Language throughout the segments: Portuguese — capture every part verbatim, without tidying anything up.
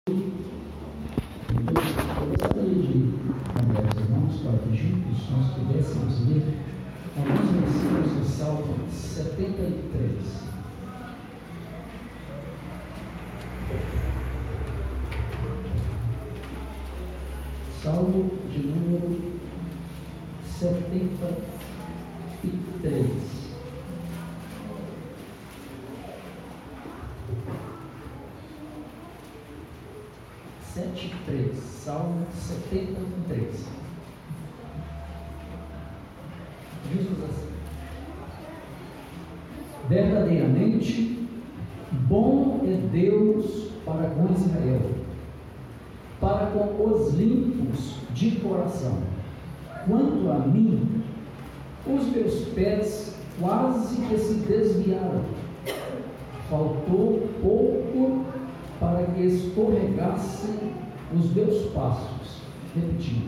Eu gostaria de convidar os irmãos para que juntos nós pudéssemos ler alguns versículos do Salmo setenta e três. Salmo de número setenta e três. Sete e três, Salmo setenta e três. Diz-nos assim: verdadeiramente bom é Deus para com Israel, para com os limpos de coração. Quanto a mim, os meus pés quase que se desviaram, faltou pouco para que escorregassem os meus passos. Repetindo.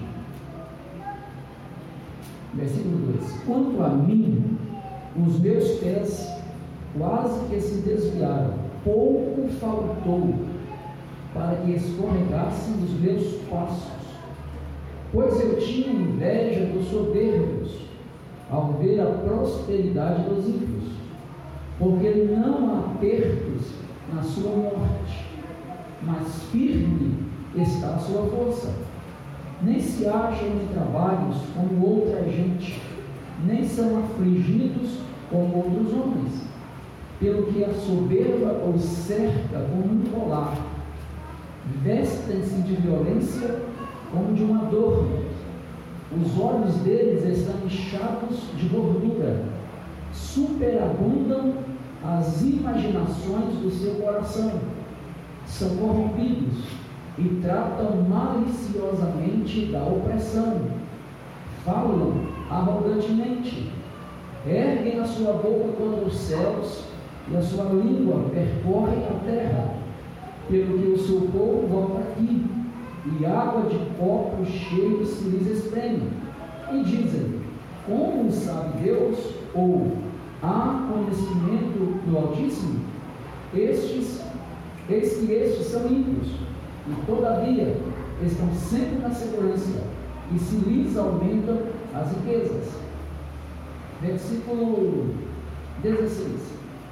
Versículo dois. Quanto a mim, os meus pés quase que se desviaram, pouco faltou para que escorregassem os meus passos. Pois eu tinha inveja dos soberbos, ao ver a prosperidade dos ímpios, porque não há apertos na sua morte, mas firme está a sua força. Nem se acham em trabalhos como outra gente, nem são afligidos como outros homens, pelo que a soberba os cerca como um colar, vestem-se de violência como de um adorno, os olhos deles estão inchados de gordura, superabundam as imaginações do seu coração, são corrompidos e tratam maliciosamente da opressão, falam arrogantemente, erguem a sua boca contra os céus e a sua língua percorre a terra, pelo que o seu povo volta aqui, e água de copos cheios se lhes espreme, e dizem: como sabe Deus? Ou há conhecimento do Altíssimo? Estes Eis que estes são ímpios, e todavia estão sempre na segurança, e se lhes aumentam as riquezas. Versículo dezesseis.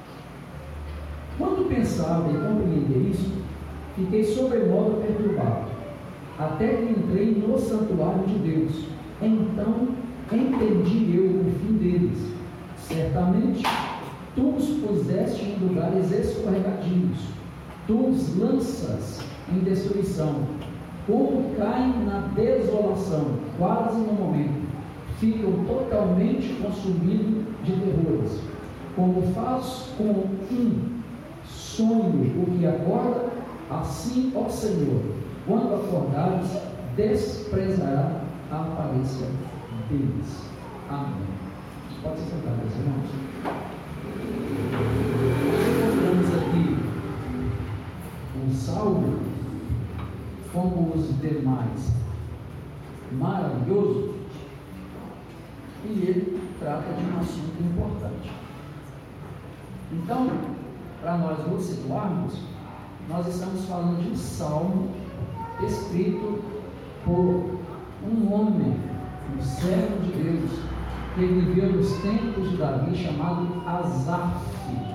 Quando pensava em compreender isso, fiquei sobremodo perturbado, até que entrei no santuário de Deus. Então entendi eu o fim deles. Certamente tu os puseste em lugares escorregadios, tu os lanças em destruição, como caem na desolação, quase no momento, ficam totalmente consumidos de terrores, como faz com um sonho o que acorda, assim, ó Senhor, quando acordares, desprezará a aparência deles. Amém. Pode se sentar, meus irmãos. Encontramos aqui um salmo, como os demais, maravilhoso, e ele trata de um assunto importante. Então, para nós nos situarmos, nós estamos falando de um salmo escrito por um homem, um servo de Deus, que viveu nos tempos de Davi, chamado Asaf.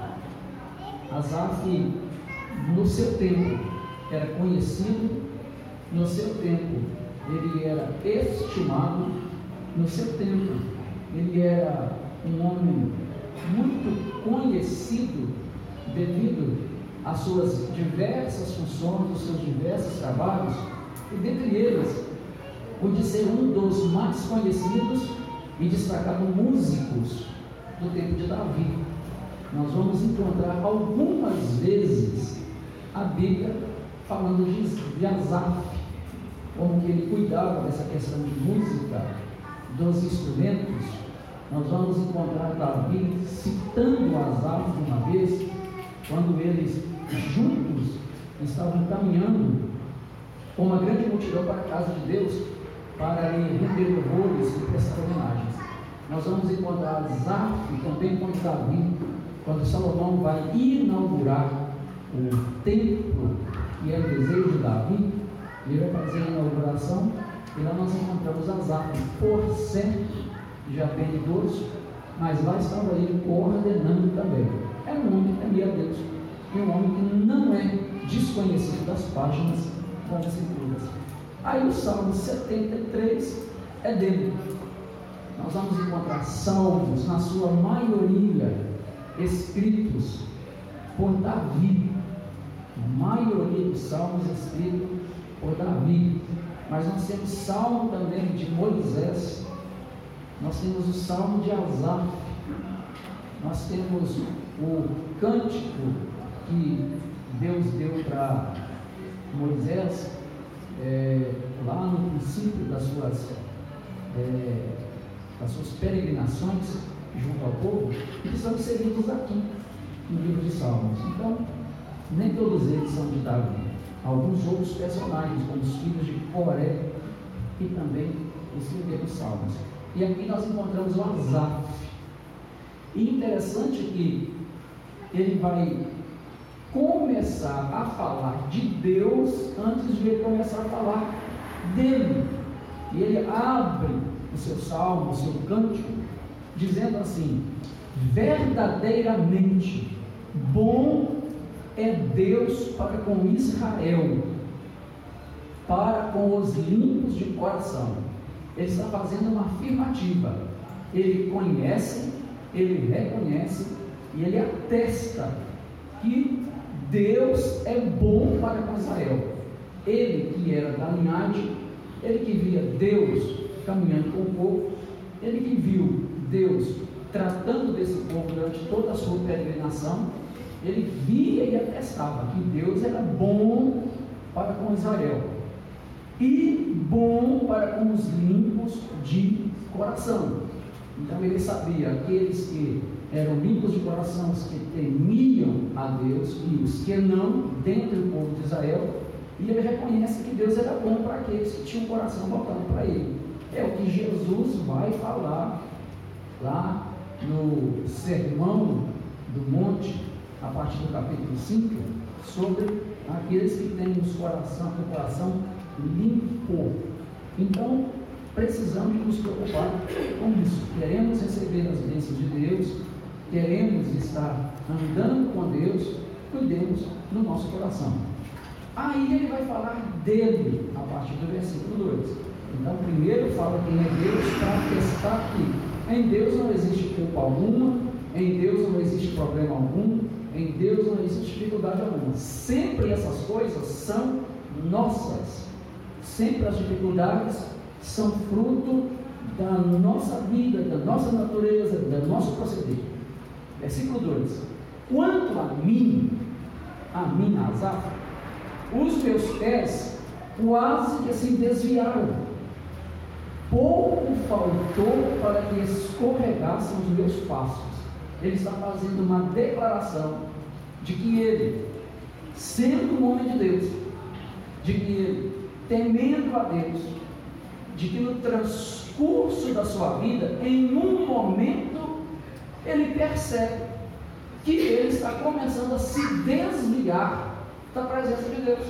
Asaf, no seu tempo, era conhecido, no seu tempo, ele era estimado, no seu tempo, ele era um homem muito conhecido devido às suas diversas funções, os seus diversos trabalhos, e dentre eles, o de ser um dos mais conhecidos e destacado músicos do tempo de Davi. Nós vamos encontrar algumas vezes a Bíblia falando de, de Asaf, como que ele cuidava dessa questão de música, dos instrumentos. Nós vamos encontrar Davi citando Asaf uma vez, quando eles juntos estavam caminhando com uma grande multidão para a casa de Deus, para lhe render louvores e prestar homenagens. Nós vamos encontrar Asaf também com Davi, quando Salomão vai inaugurar o templo que é o desejo de Davi, ele vai fazer a inauguração, e lá nós encontramos Asaf, por certo, já bem idoso, mas lá estava ele coordenando também. Era um homem que temia a Deus, e um homem que não é desconhecido das páginas das Escrituras. Aí o Salmo setenta e três é dele. Nós vamos encontrar salmos, na sua maioria, escritos por Davi. A maioria dos salmos escritos por Davi. Mas nós temos salmo também de Moisés. Nós temos o salmo de Asaf. Nós temos o cântico que Deus deu para Moisés, é, lá no princípio das suas, é, das suas peregrinações junto ao povo, que são inseridos aqui no livro de Salmos. Então, nem todos eles são de Davi. Alguns outros personagens, como os filhos de Coré, que também escreveram os Salmos. E aqui nós encontramos o Asaf. E interessante que ele vai começar a falar de Deus antes de ele começar a falar dele. E ele abre o seu salmo, o seu cântico, dizendo assim: verdadeiramente bom é Deus para com Israel, para com os limpos de coração. Ele está fazendo uma afirmativa. Ele conhece, ele reconhece e ele atesta que Deus é bom para com Israel. Ele que era da linhagem, ele que via Deus caminhando com o povo, ele que viu Deus tratando desse povo durante toda a sua peregrinação, ele via e atestava que Deus era bom para com Israel e bom para com os limpos de coração. Então ele sabia aqueles que eram limpos de coração, os que temiam a Deus, e os que não, dentro do povo de Israel. E ele reconhece que Deus era bom para aqueles que tinham o coração voltado para ele. É o que Jesus vai falar lá no Sermão do Monte, a partir do capítulo cinco, sobre aqueles que têm os coração, o coração limpo. Então, precisamos nos preocupar com isso. Queremos receber as bênçãos de Deus, queremos estar andando com Deus, cuidemos do nosso coração. Aí ele vai falar dele, a partir do versículo dois. Então, primeiro fala quem é Deus, para atestar que em Deus não existe culpa alguma, em Deus não existe problema algum, em Deus não existe dificuldade alguma. Sempre essas coisas são nossas. Sempre as dificuldades são fruto da nossa vida, da nossa natureza, do nosso proceder. Versículo dois. Quanto a mim, a mim, Asaf, os meus pés quase que se desviaram. Pouco faltou para que escorregassem os meus passos. Ele está fazendo uma declaração de que ele, sendo um homem de Deus, de que ele, temendo a Deus, de que no transcurso da sua vida, em um momento, ele percebe que ele está começando a se desligar da presença de Deus.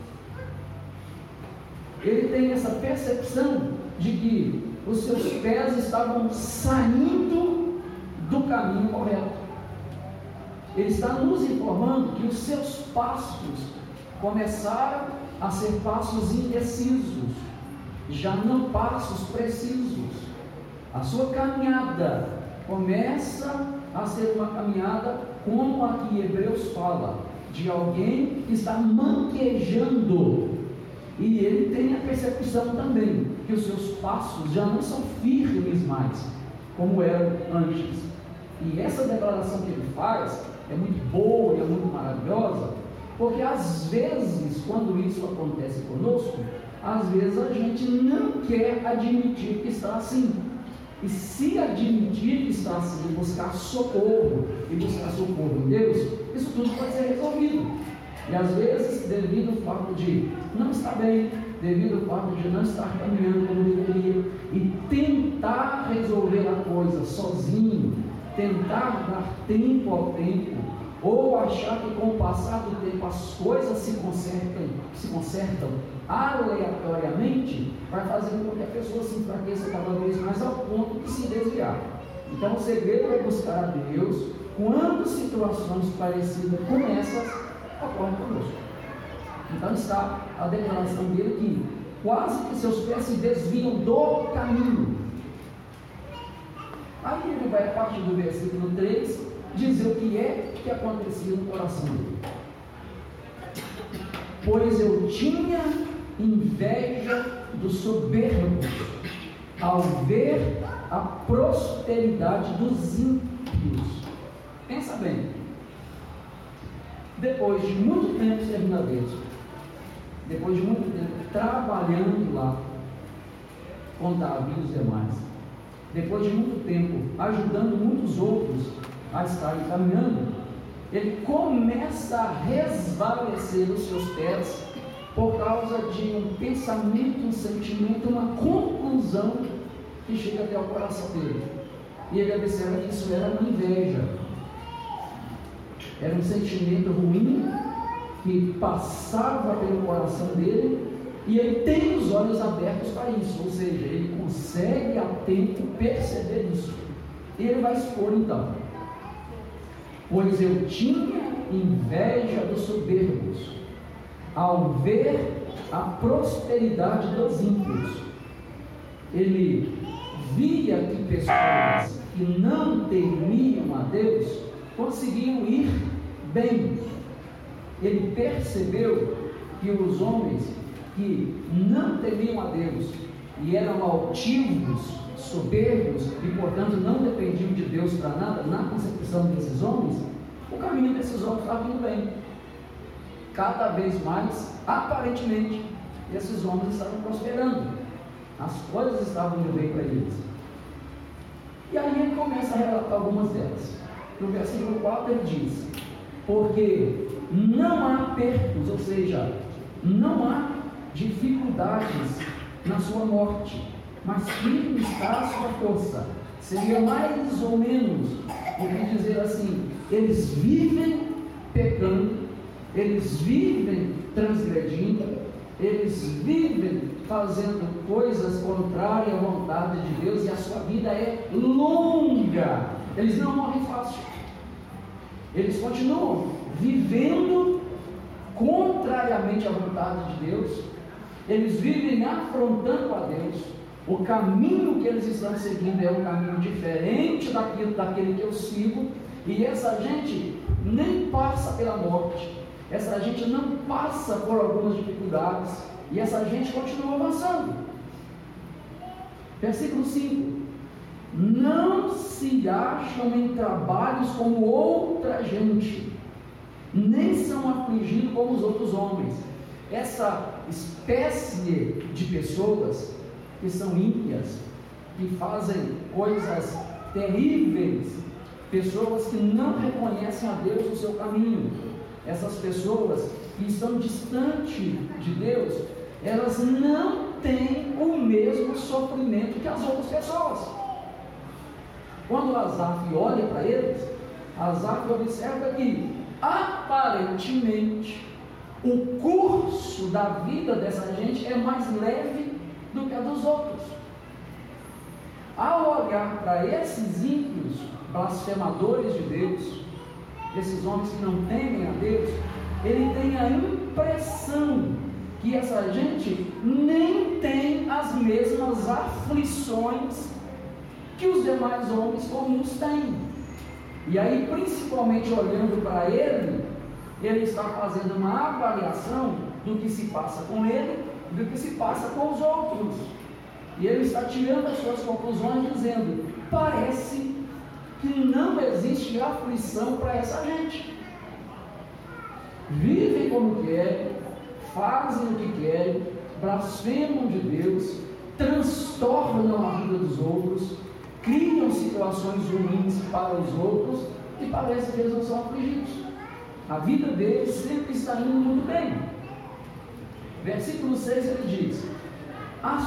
Ele tem essa percepção de que os seus pés estavam saindo do caminho correto. Ele está nos informando que os seus passos começaram a ser passos indecisos, já não passos precisos. A sua caminhada começa a ser uma caminhada como a que Hebreus fala, de alguém que está manquejando. E ele tem a percepção também que os seus passos já não são firmes mais, como eram antes. E essa declaração que ele faz é muito boa e é muito maravilhosa, porque às vezes, quando isso acontece conosco, às vezes a gente não quer admitir que está assim. E se admitir que está assim, buscar socorro e buscar socorro em Deus, isso tudo pode ser resolvido. E às vezes, devido ao fato de não estar bem, devido ao fato de não estar caminhando como deveria, e tentar resolver a coisa sozinho, tentar dar tempo ao tempo, ou achar que com o passar do tempo as coisas se consertam, se consertam aleatoriamente, vai fazer com que a pessoa se enfraqueça cada vez mais ao ponto de se desviar. Então o segredo é buscar a Deus quando situações parecidas com essas ocorrem conosco. Então está a declaração dele que quase que seus pés se desviam do caminho. Aí ele vai, a partir do versículo três, dizer o que é que acontecia no coração dele. Pois eu tinha inveja dos soberbos, ao ver a prosperidade dos ímpios. Pensa bem, depois de muito tempo servindo a Deus, depois de muito tempo trabalhando lá com Davi e os demais, depois de muito tempo ajudando muitos outros a estarem caminhando, ele começa a resvalecer os seus pés por causa de um pensamento, um sentimento, uma conclusão que chega até o coração dele. E ele observa que isso era uma inveja, era um sentimento ruim que passava pelo coração dele, e ele tem os olhos abertos para isso, ou seja, ele consegue a tempo perceber isso. E ele vai expor então: pois eu tinha inveja dos soberbos, ao ver a prosperidade dos ímpios. Ele via que pessoas que não temiam a Deus conseguiam ir bem. Ele percebeu que os homens que não temiam a Deus e eram altivos, soberbos e portanto não dependiam de Deus para nada, na concepção desses homens, o caminho desses homens estava indo bem. Cada vez mais, aparentemente, esses homens estavam prosperando, as coisas estavam indo bem para eles. E aí ele começa a relatar algumas delas. No versículo quatro ele diz: porque não há percos, ou seja, não há dificuldades na sua morte, mas firme está a sua força. Seria mais ou menos o que dizer assim: eles vivem pecando, eles vivem transgredindo, eles vivem fazendo coisas contrárias à vontade de Deus, e a sua vida é longa. Eles não morrem fácil, eles continuam vivendo contrariamente à vontade de Deus, eles vivem afrontando a Deus. O caminho que eles estão seguindo é um caminho diferente daquilo, daquele que eu sigo, e essa gente nem passa pela morte, essa gente não passa por algumas dificuldades, e essa gente continua avançando. Versículo cinco: não se acham em trabalhos como outra gente, nem são afligidos como os outros homens. Essa espécie de pessoas que são ímpias, que fazem coisas terríveis, pessoas que não reconhecem a Deus no seu caminho, essas pessoas que estão distantes de Deus, elas não têm o mesmo sofrimento que as outras pessoas. Quando Asaf olha para eles, Asaf observa que aparentemente o curso da vida dessa gente é mais leve do que a dos outros. Ao olhar para esses ímpios, blasfemadores de Deus, esses homens que não temem a Deus, ele tem a impressão que essa gente nem tem as mesmas aflições que os demais homens comuns têm. E aí, principalmente olhando para ele, ele está fazendo uma avaliação do que se passa com ele, do que se passa com os outros, e ele está tirando as suas conclusões dizendo: parece que não existe aflição para essa gente. Vivem como querem, fazem o que querem, blasfemam de Deus, transtornam a vida dos outros, criam situações ruins para os outros, e parece que eles não são afligidos. A vida deles sempre está indo muito bem. Versículo seis ele diz: a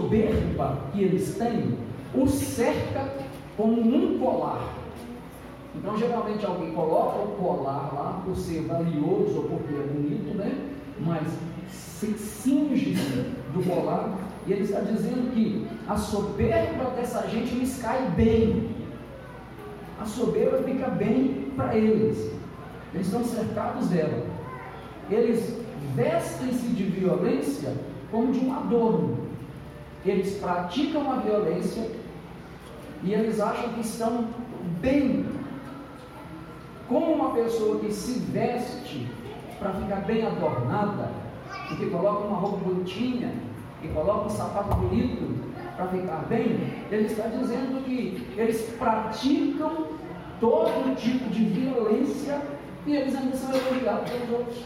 soberba que eles têm os cerca como um colar. Então, geralmente alguém coloca o colar lá por ser valioso ou porque é bonito, né? Mas se cinge do colar, e ele está dizendo que a soberba dessa gente lhes cai bem. A soberba fica bem para eles. Eles estão cercados dela. Eles vestem-se de violência como de um adorno. Eles praticam a violência e eles acham que estão bem. Como uma pessoa que se veste para ficar bem adornada, e que coloca uma roupa bonitinha, e coloca um sapato bonito para ficar bem, ele está dizendo que eles praticam todo tipo de violência e eles ainda são elogiados pelos outros.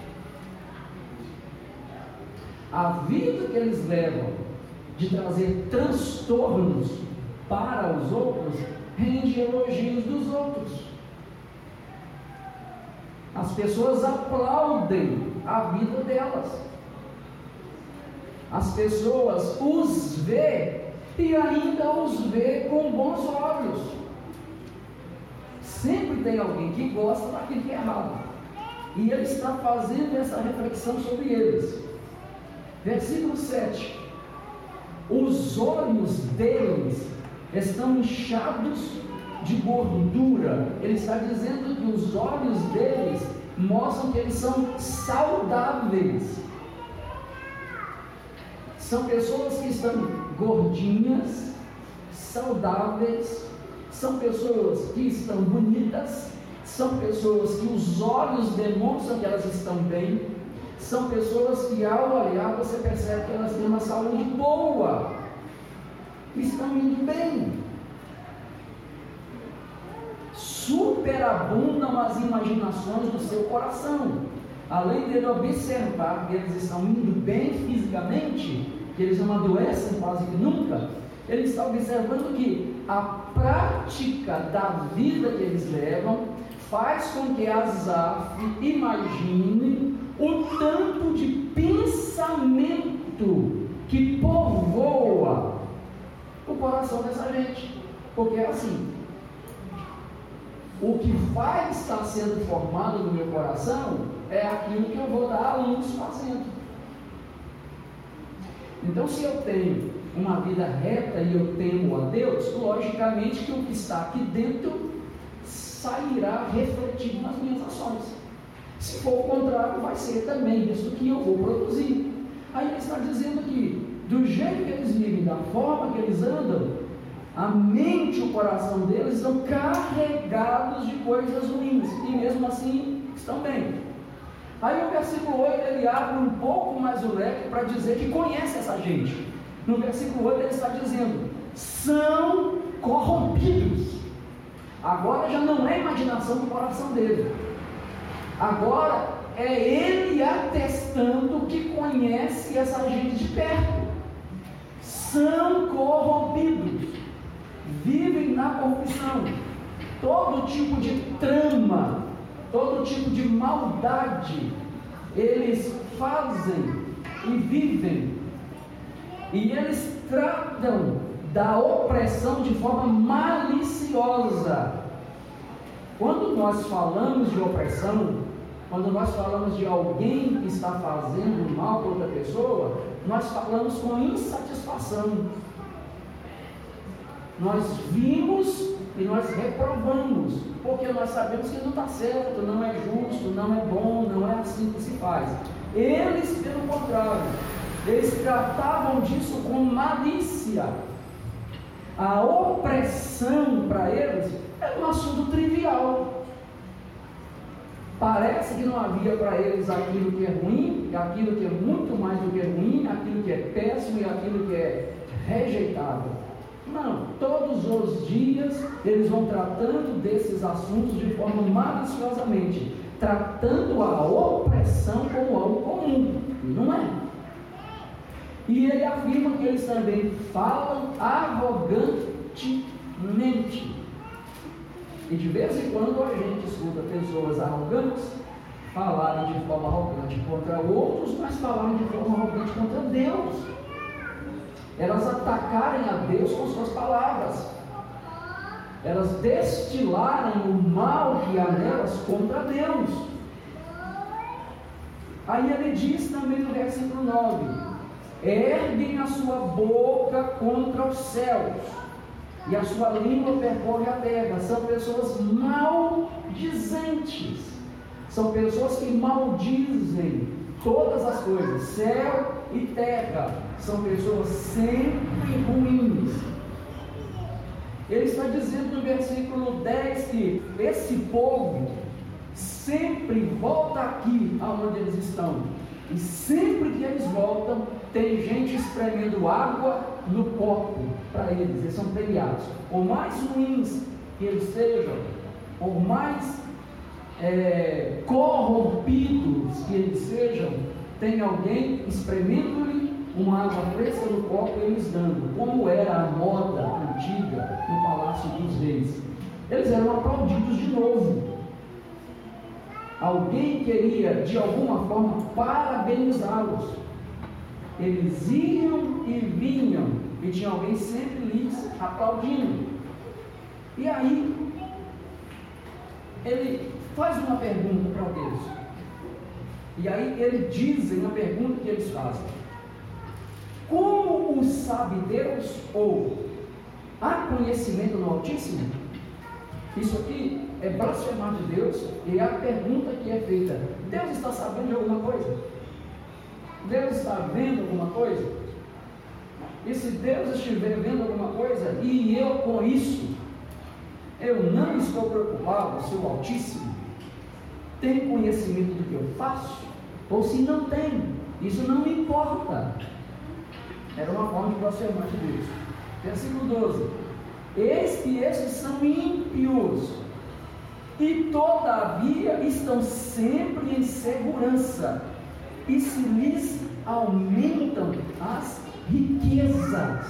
A vida que eles levam de trazer transtornos para os outros rende elogios dos outros. As pessoas aplaudem a vida delas. As pessoas os vê e ainda os vê com bons olhos. Sempre tem alguém que gosta daquilo que é errado. E ele está fazendo essa reflexão sobre eles. Versículo sete. Os olhos deles estão inchados de gordura. Ele está dizendo que os olhos deles mostram que eles são saudáveis. São pessoas que estão gordinhas, saudáveis, são pessoas que estão bonitas, são pessoas que os olhos demonstram que elas estão bem, são pessoas que ao olhar você percebe que elas têm uma saúde boa, estão indo bem. Superabundam as imaginações do seu coração. Além dele observar que eles estão indo bem fisicamente, que eles não adoecem quase que nunca, ele está observando que a prática da vida que eles levam faz com que Asaf imagine o tanto de pensamento que povoa o coração dessa gente. Porque é assim, o que vai estar sendo formado no meu coração é aquilo que eu vou dar a luz fazendo. Então, se eu tenho uma vida reta e eu temo a Deus, logicamente que o que está aqui dentro sairá refletido nas minhas ações. Se for o contrário, vai ser também isso que eu vou produzir. Aí ele está dizendo que do jeito que eles vivem, da forma que eles andam, a mente e o coração deles estão carregados de coisas ruins, e mesmo assim estão bem. Aí no versículo oito ele abre um pouco mais o leque para dizer que conhece essa gente. No versículo oito ele está dizendo: são corrompidos. Agora já não é imaginação do coração dele, agora é ele atestando que conhece essa gente de perto. São corrompidos, vivem na corrupção, todo tipo de trama, todo tipo de maldade eles fazem e vivem, e eles tratam da opressão de forma maliciosa. Quando nós falamos de opressão, quando nós falamos de alguém que está fazendo mal para outra pessoa, nós falamos com insatisfação. Nós vimos e nós reprovamos, porque nós sabemos que não está certo, não é justo, não é bom, não é assim que se faz. Eles, pelo contrário, eles tratavam disso com malícia. A opressão para eles era um assunto trivial. Parece que não havia para eles aquilo que é ruim, aquilo que é muito mais do que ruim, aquilo que é péssimo e aquilo que é rejeitável. Não, todos os dias eles vão tratando desses assuntos de forma maliciosamente, tratando a opressão como algo comum, e não é. E ele afirma que eles também falam arrogantemente. E de vez em quando a gente escuta pessoas arrogantes falarem de forma arrogante contra outros, mas falarem de forma arrogante contra Deus. Elas atacarem a Deus com suas palavras. elas destilarem o mal que há nelas contra Deus. Aí ele diz também no versículo nove: erguem a sua boca contra os céus, e a sua língua percorre a terra. São pessoas maldizentes, são pessoas que maldizem todas as coisas, céu e terra. São pessoas sempre ruins. Ele está dizendo no versículo dez que esse povo sempre volta aqui aonde eles estão, e sempre que eles voltam tem gente espremendo água no copo para eles. Eles são premiados, por mais ruins que eles sejam, por mais é, corrompidos que eles sejam, tem alguém espremendo-lhe uma água fresca no copo e eles dando, como era a moda antiga no Palácio dos Reis. Eles eram aplaudidos de novo. Alguém queria de alguma forma parabenizá-los. Eles iam e vinham, e tinha alguém sempre lhes aplaudindo. E aí ele faz uma pergunta para Deus, e aí ele dizem a pergunta que eles fazem: como o sabe Deus? Ou há conhecimento no Altíssimo? Isso aqui é blasfemar de Deus, e é a pergunta que é feita: Deus está sabendo de alguma coisa? Deus está vendo alguma coisa? E se Deus estiver vendo alguma coisa, e eu com isso, eu não estou preocupado se o Altíssimo tem conhecimento do que eu faço, ou se não tem, isso não me importa. Era uma forma de blasfemar de Deus. Versículo doze: eis que estes são ímpios, e todavia estão sempre em segurança, e se lhes aumentam as riquezas.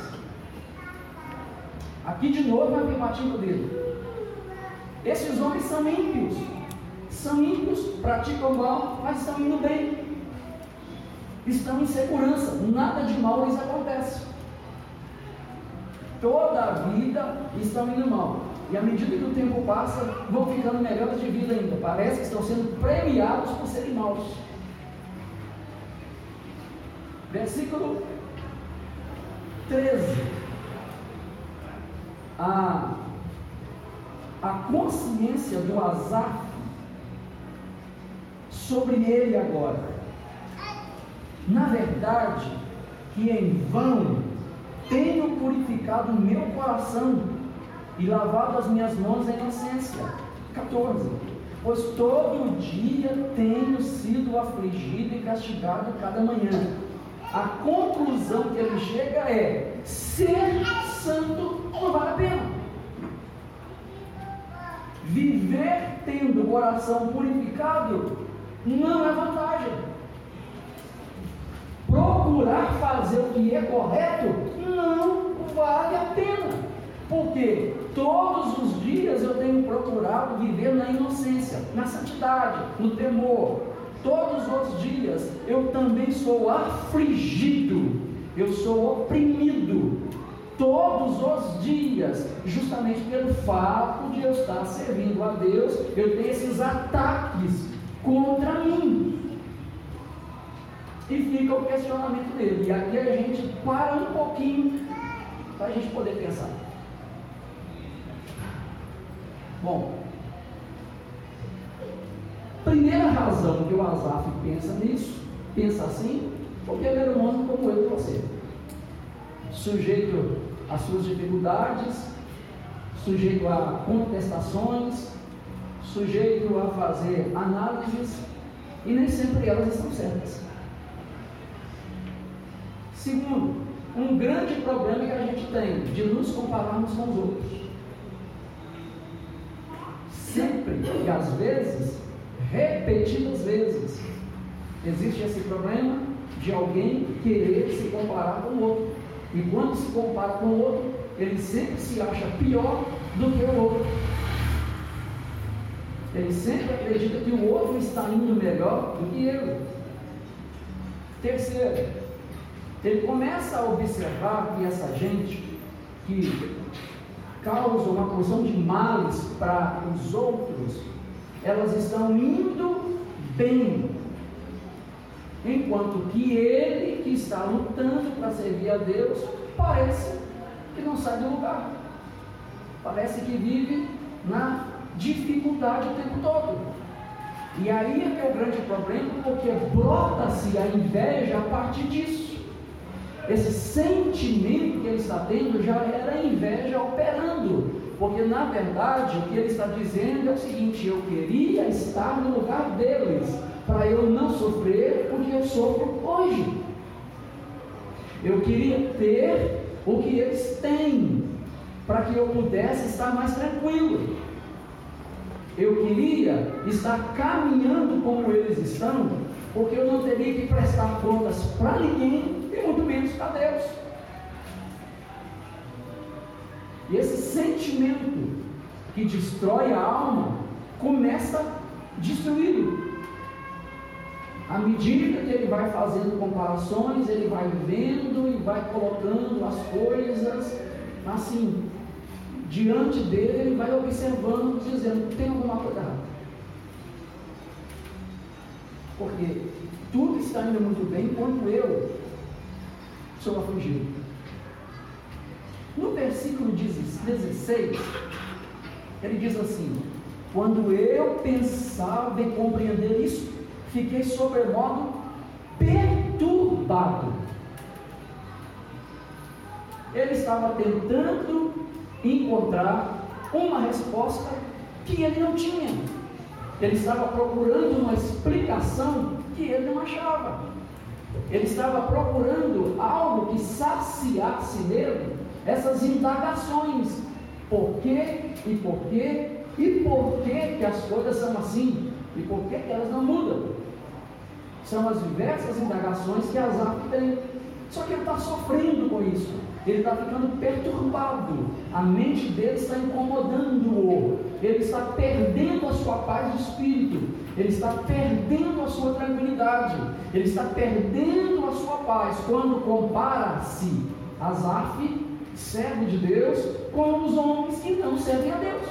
Aqui de novo a afirmativa dele: esses homens são ímpios, são ímpios, praticam mal, mas estão indo bem, estão em segurança, nada de mal lhes acontece. Toda a vida estão indo mal, e à medida que o tempo passa, vão ficando melhores de vida ainda. Parece que estão sendo premiados por serem maus. Versículo treze: a, a consciência do Asaf sobre ele agora: na verdade, que em vão tenho purificado o meu coração e lavado as minhas mãos em inocência. catorze: pois todo dia tenho sido afligido e castigado cada manhã. A conclusão que ele chega é: ser santo não vale a pena. Viver tendo o coração purificado não é vantagem. Procurar fazer o que é correto não vale a pena, porque todos os dias eu tenho procurado viver na inocência, na santidade, no temor. Todos os outros dias eu também sou afligido, eu sou oprimido, todos os dias, justamente pelo fato de eu estar servindo a Deus, eu tenho esses ataques contra mim. E fica o questionamento dele, e aqui a gente para um pouquinho para a gente poder pensar. Bom, primeira razão que o Asaf pensa nisso, pensa assim, porque ele era um homem como eu e você, sujeito às suas dificuldades, sujeito a contestações, sujeito a fazer análises, e nem sempre elas estão certas. Segundo, um grande problema que a gente tem de nos compararmos com os outros. Sempre e às vezes, repetidas vezes, existe esse problema de alguém querer se comparar com o outro, e quando se compara com o outro, ele sempre se acha pior do que o outro, ele sempre acredita que o outro está indo melhor do que ele. Terceiro, ele começa a observar que essa gente que causam uma porção de males para os outros, elas estão indo bem, enquanto que ele que está lutando para servir a Deus parece que não sai do lugar, parece que vive na dificuldade o tempo todo. E aí é que é o grande problema, porque brota-se a inveja a partir disso. Esse sentimento que ele está tendo já era a inveja operando, porque na verdade o que ele está dizendo é o seguinte: eu queria estar no lugar deles, para eu não sofrer o que eu sofro hoje. Eu queria ter o que eles têm, para que eu pudesse estar mais tranquilo. Eu queria estar caminhando como eles estão, porque eu não teria que prestar contas para ninguém, e muito menos para Deus. E esse sentimento que destrói a alma começa a destruí-lo. À medida que ele vai fazendo comparações, ele vai vendo e vai colocando as coisas assim diante dele, ele vai observando, dizendo: tem alguma coisa errada. Porque tudo está indo muito bem enquanto eu sou afligido. No versículo dezesseis, ele diz assim: quando eu pensava em compreender isso, fiquei sobremodo perturbado. Ele estava tentando encontrar uma resposta que ele não tinha. Ele estava procurando uma explicação que ele não achava. Ele estava procurando algo que saciasse nele essas indagações. Por quê? E por quê? E por quê que as coisas são assim? E por quê que elas não mudam? São as diversas indagações que Asaf tem. Só que ele está sofrendo com isso. Ele está ficando perturbado. A mente dele está incomodando-o. Ele está perdendo a sua paz de espírito. Ele está perdendo a sua tranquilidade. Ele está perdendo a sua paz quando compara-se Asaf, servo de Deus, com os homens que não servem a Deus.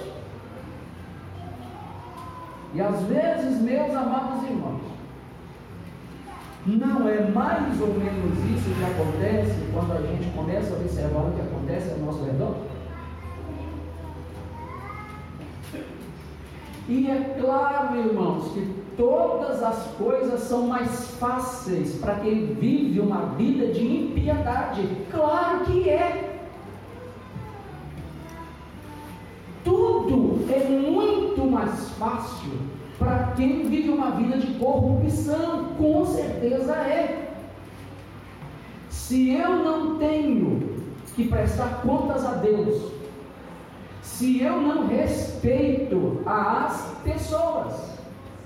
E às vezes, meus amados irmãos, não é mais ou menos isso que acontece quando a gente começa a observar o que acontece ao nosso redor? E é claro, irmãos, que todas as coisas são mais fáceis para quem vive uma vida de impiedade. Claro que é. Tudo é muito mais fácil para quem vive uma vida de corrupção. Com certeza é. Se eu não tenho que prestar contas a Deus, se eu não respeito as pessoas,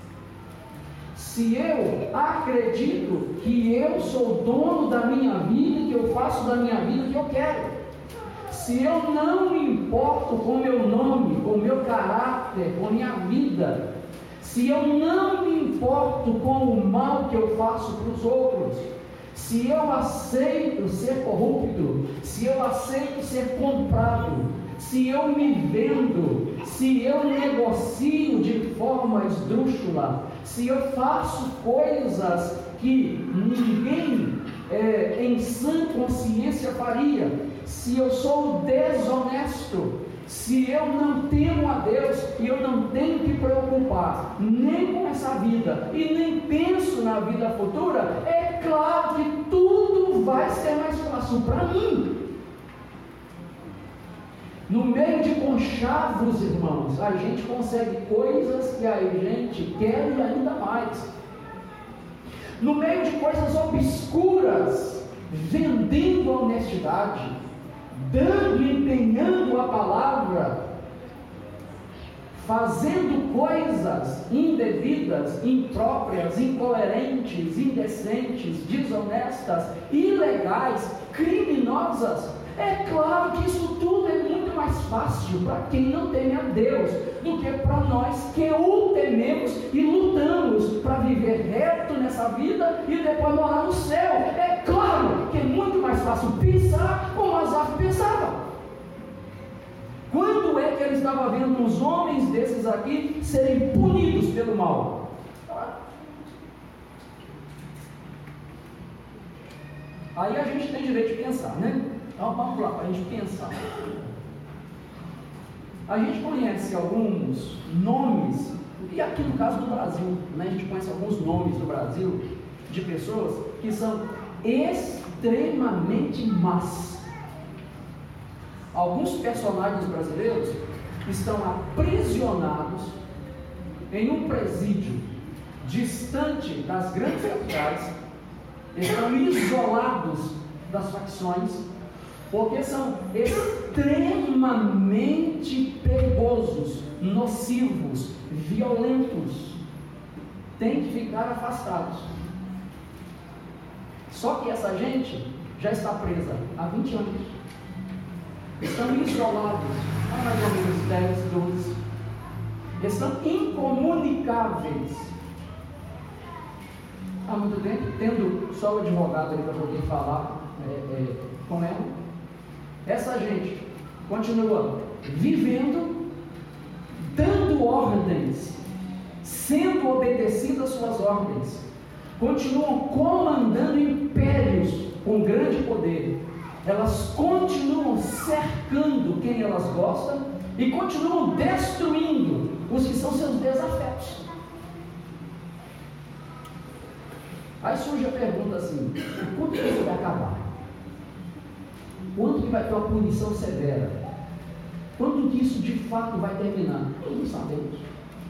se eu acredito que eu sou dono da minha vida, que eu faço da minha vida o que eu quero, se eu não me importo com o meu nome, com o meu caráter, com a minha vida, se eu não me importo com o mal que eu faço para os outros, se eu aceito ser corrupto, se eu aceito ser comprado, se eu me vendo, se eu negocio de forma esdrúxula, se eu faço coisas que ninguém é, em sã consciência faria, se eu sou desonesto, se eu não temo a Deus e eu não tenho que preocupar nem com essa vida e nem penso na vida futura, é claro que tudo vai ser mais fácil para mim. No meio de conchavos, irmãos, a gente consegue coisas que a gente quer e ainda mais. No meio de coisas obscuras, vendendo a honestidade, dando e empenhando a palavra, fazendo coisas indevidas, impróprias, incoerentes, indecentes, desonestas, ilegais, criminosas. É claro que isso tudo é muito mais fácil para quem não teme a Deus do que para nós que o tememos e lutamos para viver reto nessa vida e depois morar no céu. É claro que é muito mais fácil pensar como Asaf pensava. Quando ele estava vendo uns homens desses aqui serem punidos pelo mal. Aí a gente tem direito de pensar, né? Então vamos lá, para a gente pensar. A gente conhece alguns nomes, e aqui no caso do Brasil, né, a gente conhece alguns nomes do Brasil de pessoas que são extremamente más. Alguns personagens brasileiros estão aprisionados em um presídio distante das grandes capitais, estão isolados das facções, porque são extremamente perigosos, nocivos, violentos, têm que ficar afastados. Só que essa gente já está presa há vinte anos, estão isolados há mais ou menos dez, doze, estão incomunicáveis há muito tempo, tendo só o advogado ali para poder falar é, é, com ela. Essa gente continua vivendo, dando ordens, sendo obedecidas às suas ordens, continuam comandando impérios com grande poder, elas continuam cercando quem elas gostam e continuam destruindo os que são seus desafetos. Aí surge a pergunta assim: quando que isso vai acabar? Quando que vai ter uma punição severa? Quando que isso de fato vai terminar? Nós não sabemos.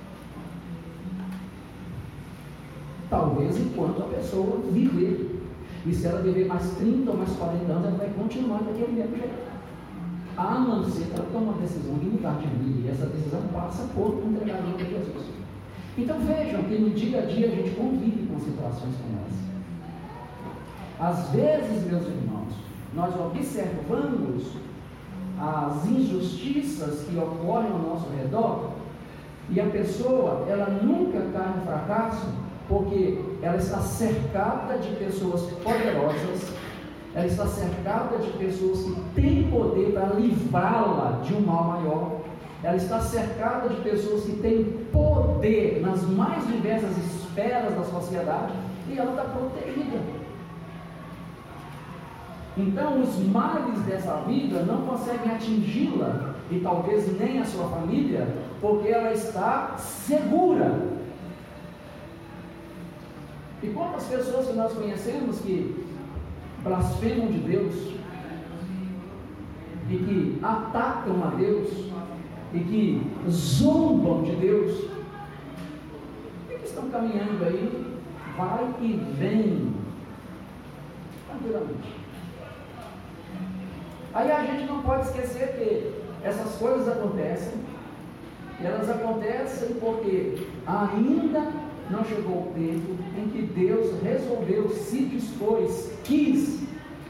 Talvez enquanto a pessoa viver. E se ela viver mais trinta ou mais quarenta anos, ela vai continuar daquele mesmo jeito. A não ser que ela tome uma decisão de mudar de vida. E essa decisão passa por entregar a vida a Jesus. Então vejam que no dia a dia a gente convive com situações como essa. Às vezes, meus irmãos, nós observamos as injustiças que ocorrem ao nosso redor e a pessoa, ela nunca cai no fracasso porque ela está cercada de pessoas poderosas, ela está cercada de pessoas que têm poder para livrá-la de um mal maior, ela está cercada de pessoas que têm poder nas mais diversas esferas da sociedade e ela está protegida. Então os males dessa vida não conseguem atingi-la e talvez nem a sua família, porque ela está segura. E quantas pessoas que nós conhecemos que blasfemam de Deus e que atacam a Deus e que zombam de Deus e que estão caminhando aí, vai e vem tranquilamente. Aí a gente não pode esquecer que essas coisas acontecem, e elas acontecem porque ainda não chegou o tempo em que Deus resolveu, se dispôs, quis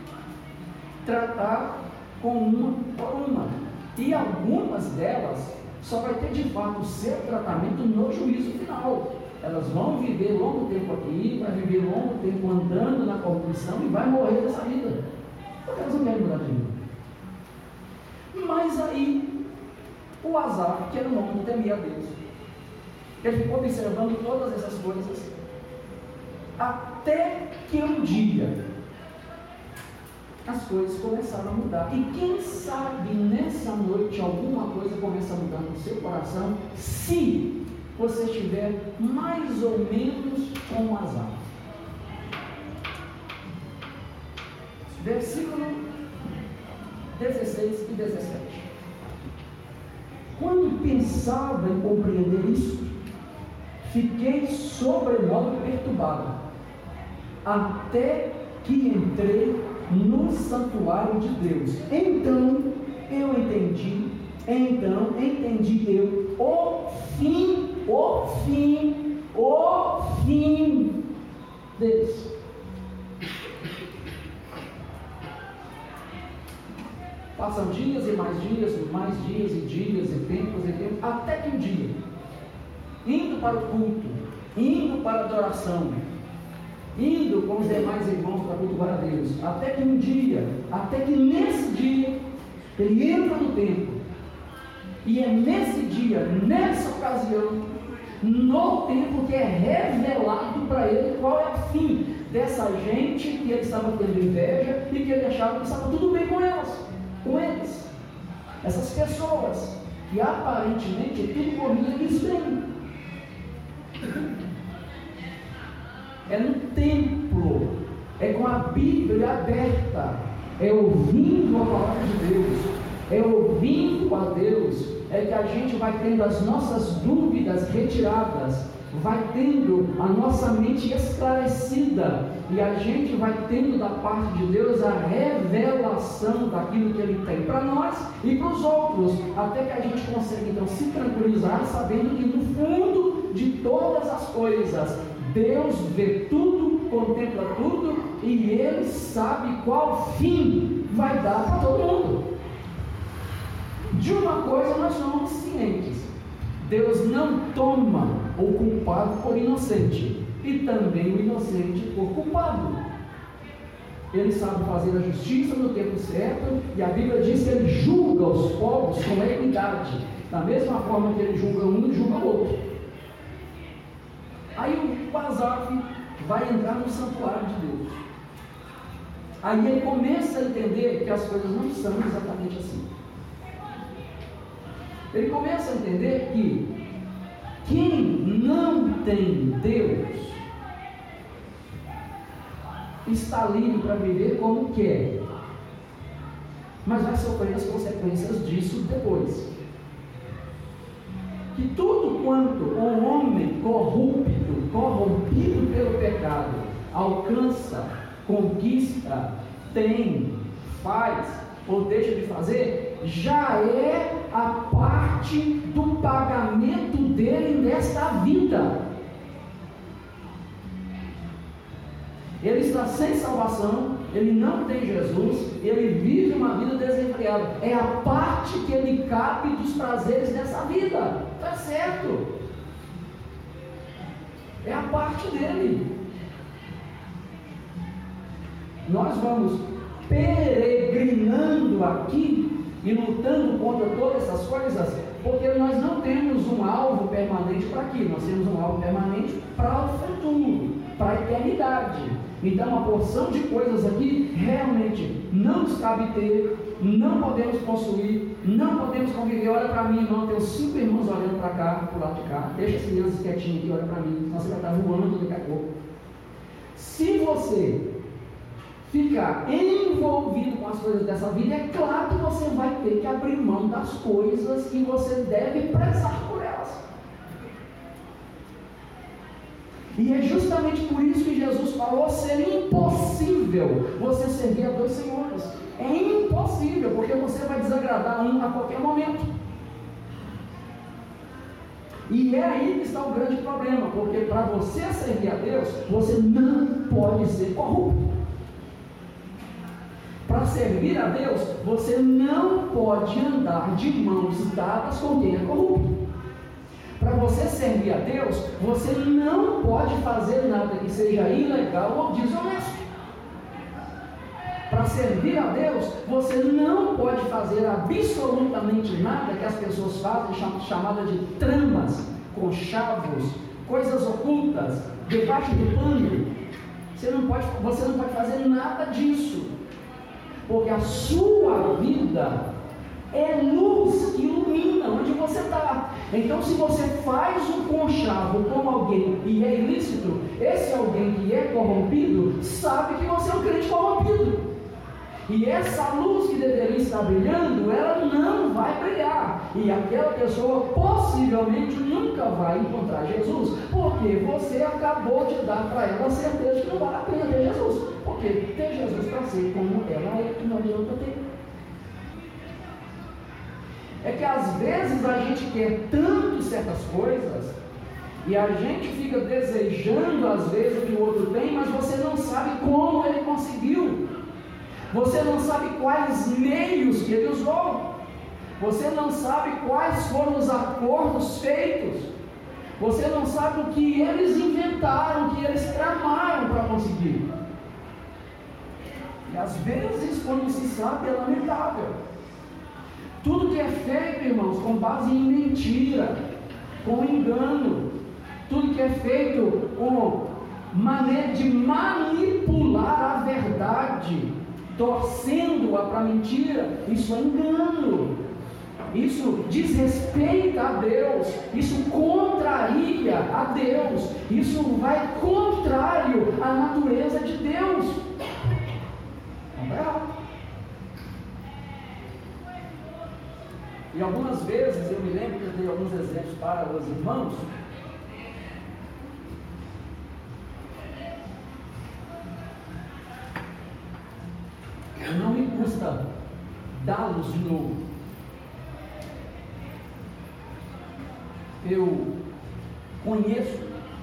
tratar com uma por uma. E algumas delas só vai ter de fato o seu tratamento no juízo final. Elas vão viver longo tempo aqui, vai viver longo tempo andando na corrupção e vai morrer dessa vida, porque elas não querem mudar de vida. Mas aí, o Azar, que era um homem que temia a Deus, ele ficou observando todas essas coisas, até que um dia as coisas começaram a mudar. E quem sabe nessa noite alguma coisa começa a mudar no seu coração, se você estiver mais ou menos com o Azar. Versículo dezesseis e dezessete. Quando pensava em compreender isso, fiquei sobremodo perturbado, até que entrei no santuário de Deus. Então eu entendi, então entendi eu o fim, o fim, o fim deles. Passam dias e mais dias, mais dias e dias e tempos e tempos, até que um dia, indo para o culto, indo para a adoração, indo com os demais irmãos para cultuar a Deus, até que um dia, até que nesse dia, ele entra no templo E é nesse dia, nessa ocasião, no tempo que é revelado para ele qual é o fim dessa gente que ele estava tendo inveja e que ele achava que estava tudo bem com elas, com eles. Essas pessoas que aparentemente tudo corria lhes bem. É no templo, é com a Bíblia aberta, é ouvindo a palavra de Deus, é ouvindo a Deus, é que a gente vai tendo as nossas dúvidas retiradas, vai tendo a nossa mente esclarecida, e a gente vai tendo da parte de Deus a revelação daquilo que Ele tem para nós e para os outros, até que a gente consegue então se tranquilizar, sabendo que no fundo de todas as coisas, Deus vê tudo, contempla tudo, e Ele sabe qual fim vai dar para todo mundo. De uma coisa nós somos cientes: Deus não toma o culpado por inocente, e também o inocente por culpado. Ele sabe fazer a justiça no tempo certo, e a Bíblia diz que Ele julga os povos com equidade, da mesma forma que Ele julga um, Ele julga o outro. Aí o Asaf vai entrar no santuário de Deus. Aí ele começa a entender que as coisas não são exatamente assim. Ele começa a entender que quem não tem Deus está livre para viver como quer, mas vai sofrer as consequências disso depois. Que tudo quanto o homem corrupto, corrompido pelo pecado, alcança, conquista, tem, faz ou deixa de fazer, já é a parte do pagamento dele nesta vida. Ele está sem salvação, ele não tem Jesus, ele vive uma vida desenfreada. É a parte que ele cabe dos prazeres dessa vida. Está certo. É a parte dele. Nós vamos peregrinando aqui e lutando contra todas essas coisas, porque nós não temos um alvo permanente para aqui, nós temos um alvo permanente para o futuro, para a eternidade. Então, uma porção de coisas aqui realmente não nos cabe ter, não podemos possuir, não podemos conviver. Olha para mim, irmão, tenho cinco irmãos olhando para cá, para o lado de cá. Deixa as crianças quietinhas aqui, olha para mim, senão você vai estar voando daqui a pouco. Se você ficar envolvido com as coisas dessa vida, é claro que você vai ter que abrir mão das coisas que você deve prezar por elas. E é justamente por isso que Jesus falou ser impossível você servir a dois senhores. É impossível, porque você vai desagradar um a qualquer momento. E é aí que está o grande problema, porque para você servir a Deus, você não pode ser corrupto. Para servir a Deus, você não pode andar de mãos dadas com quem é corrupto. Para você servir a Deus, você não pode fazer nada que seja ilegal ou desonesto. Para servir a Deus, você não pode fazer absolutamente nada que as pessoas fazem, chamada de tramas, conchavos, coisas ocultas, debaixo do pano. Você não pode, você não pode fazer nada disso, porque a sua vida é luz que ilumina onde você está. Então, se você faz um conchavo com alguém e é ilícito, esse alguém que é corrompido sabe que você é um crente corrompido. E essa luz que deveria estar brilhando, ela não vai brilhar. E aquela pessoa possivelmente nunca vai encontrar Jesus, porque você acabou de dar para ela a certeza que não vale a pena ter Jesus. Porque ter Jesus para ser como ela é, não adianta ter. É que às vezes a gente quer tanto certas coisas, e a gente fica desejando às vezes o que o outro tem, mas você não sabe como ele conseguiu. Você não sabe quais meios que ele usou. Você não sabe quais foram os acordos feitos. Você não sabe o que eles inventaram, o que eles tramaram para conseguir. E às vezes, quando se sabe, é lamentável. Tudo que é feito, irmãos, com base em mentira, com engano, tudo que é feito com maneira de manipular a verdade, torcendo-a para mentira, isso é engano, isso desrespeita a Deus, isso contraria a Deus, isso vai contrário à natureza de Deus. Não é? E algumas vezes eu me lembro que eu dei alguns exemplos para os irmãos. Não me custa dá-los de novo. Eu conheço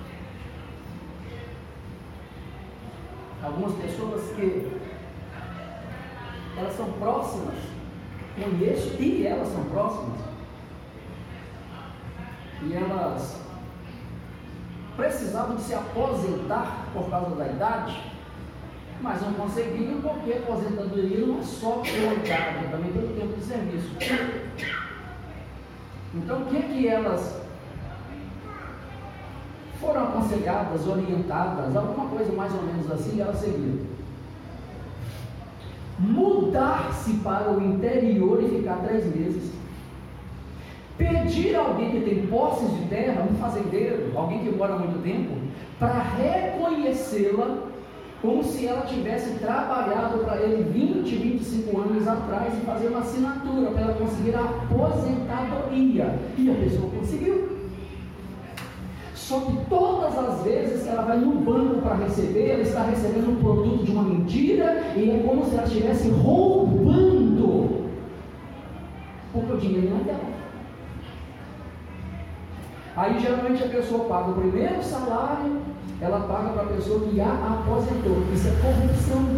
algumas pessoas que elas são próximas, conheço e elas são próximas, e elas precisavam de se aposentar por causa da idade, mas não conseguiam, porque a aposentadoria não é só pela idade, também pelo tempo de serviço. Então, o que é que elas foram aconselhadas, orientadas, alguma coisa mais ou menos assim, elas seguiram? Mudar-se para o interior e ficar três meses. Pedir a alguém que tem posses de terra, um fazendeiro, alguém que mora há muito tempo, para reconhecê-la como se ela tivesse trabalhado para ele vinte, vinte e cinco anos atrás, e fazer uma assinatura para ela conseguir a aposentadoria. E a pessoa conseguiu. Só que todas as vezes que ela vai no banco para receber, ela está recebendo um produto de uma mentira, e é como se ela estivesse roubando, porque o dinheiro não é dela. Aí geralmente a pessoa paga o primeiro salário, ela paga para a pessoa que a aposentou. Isso é corrupção.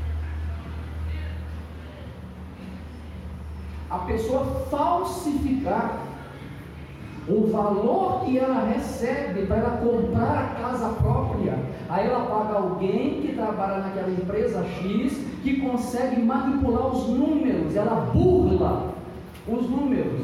A pessoa falsificar o valor que ela recebe para ela comprar a casa própria, aí ela paga alguém que trabalha naquela empresa X, que consegue manipular os números, ela burla os números.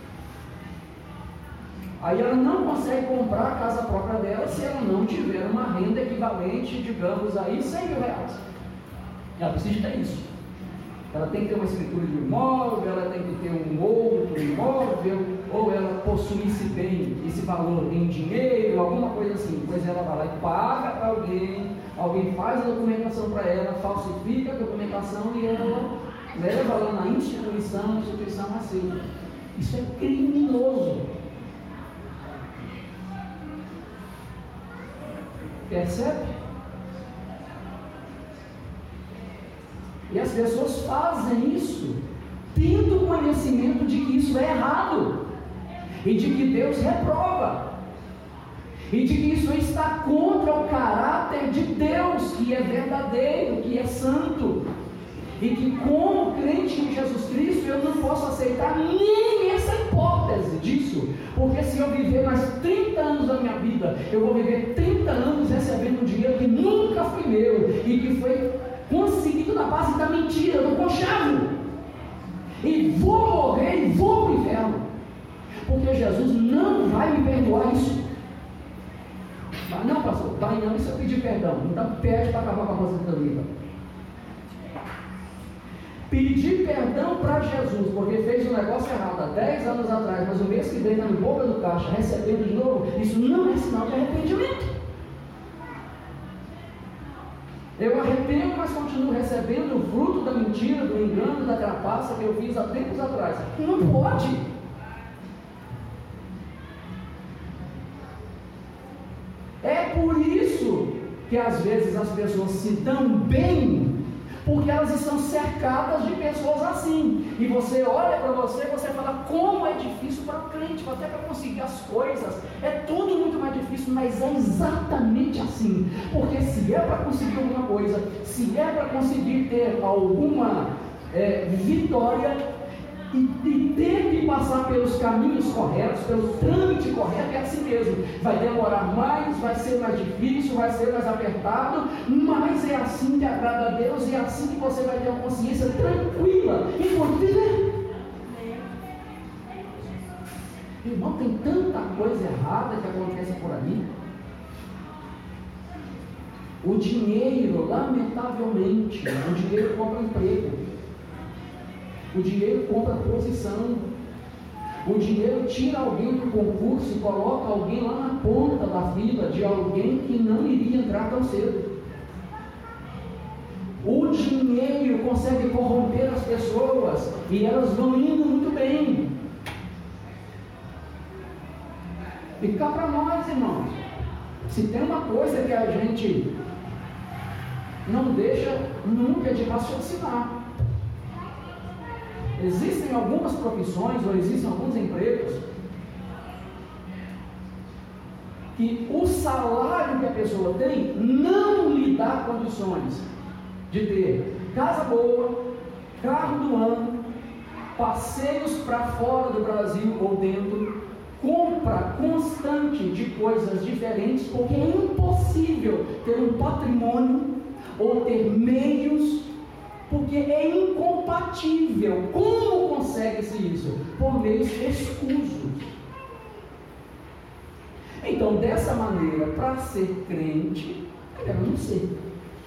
Aí ela não consegue comprar a casa própria dela se ela não tiver uma renda equivalente, digamos aí, cem mil reais. Ela precisa ter isso. Ela tem que ter uma escritura de imóvel, ela tem que ter um outro imóvel, ou ela possuísse bem esse valor em dinheiro, alguma coisa assim. Pois ela vai lá e paga para alguém, alguém faz a documentação para ela, falsifica a documentação e ela leva lá na instituição, a instituição aceita. Isso é criminoso. Percebe? E as pessoas fazem isso tendo conhecimento de que isso é errado, e de que Deus reprova, e de que isso está contra o caráter de Deus, que é verdadeiro, que é santo, e que como crente em Jesus Cristo eu não posso aceitar nem essa hipótese disso, porque se eu viver mais trinta anos da minha vida, eu vou viver trinta anos recebendo um dinheiro que nunca foi meu, e que foi conseguido na base da mentira, do conchavo, e vou morrer e vou para o inferno, porque Jesus não vai me perdoar isso. Mas não, pastor, vai não, isso eu pedir perdão, então pede para acabar com a aposentadoria. Pedir perdão para Jesus, porque fez um negócio errado há dez anos atrás, mas o mês que vem está na boca do caixa, recebendo de novo, isso não é sinal de arrependimento. Eu arrependo, mas continuo recebendo o fruto da mentira, do engano, da trapaça que eu fiz há tempos atrás. Não pode. É por isso que às vezes as pessoas se dão bem, porque elas estão cercadas de pessoas assim, e você olha para você e você fala, como é difícil para o crente, até para conseguir as coisas, é tudo muito mais difícil, mas é exatamente assim, porque se é para conseguir alguma coisa, se é para conseguir ter alguma é, vitória, e, e ter que passar pelos caminhos corretos, pelo trâmite correto, é assim mesmo, vai demorar mais, vai ser mais difícil, vai ser mais apertado, mas é assim que agrada a Deus, e é assim que você vai ter uma consciência tranquila enquanto viver. Irmão, tem tanta coisa errada que acontece por aí. O dinheiro, lamentavelmente, o dinheiro compra emprego, o dinheiro compra posição, o dinheiro tira alguém do concurso e coloca alguém lá na ponta da fila de alguém que não iria entrar tão cedo. O dinheiro consegue corromper as pessoas e elas vão indo muito bem. E cá para nós, irmãos, se tem uma coisa que a gente não deixa nunca de raciocinar. Existem algumas profissões ou existem alguns empregos que o salário que a pessoa tem não lhe dá condições de ter casa boa, carro do ano, passeios para fora do Brasil ou dentro, compra constante de coisas diferentes, porque é impossível ter um patrimônio ou ter meios, porque é incompatível. Como consegue-se isso? Por meios escusos. Então, dessa maneira, para ser crente, eu não sei.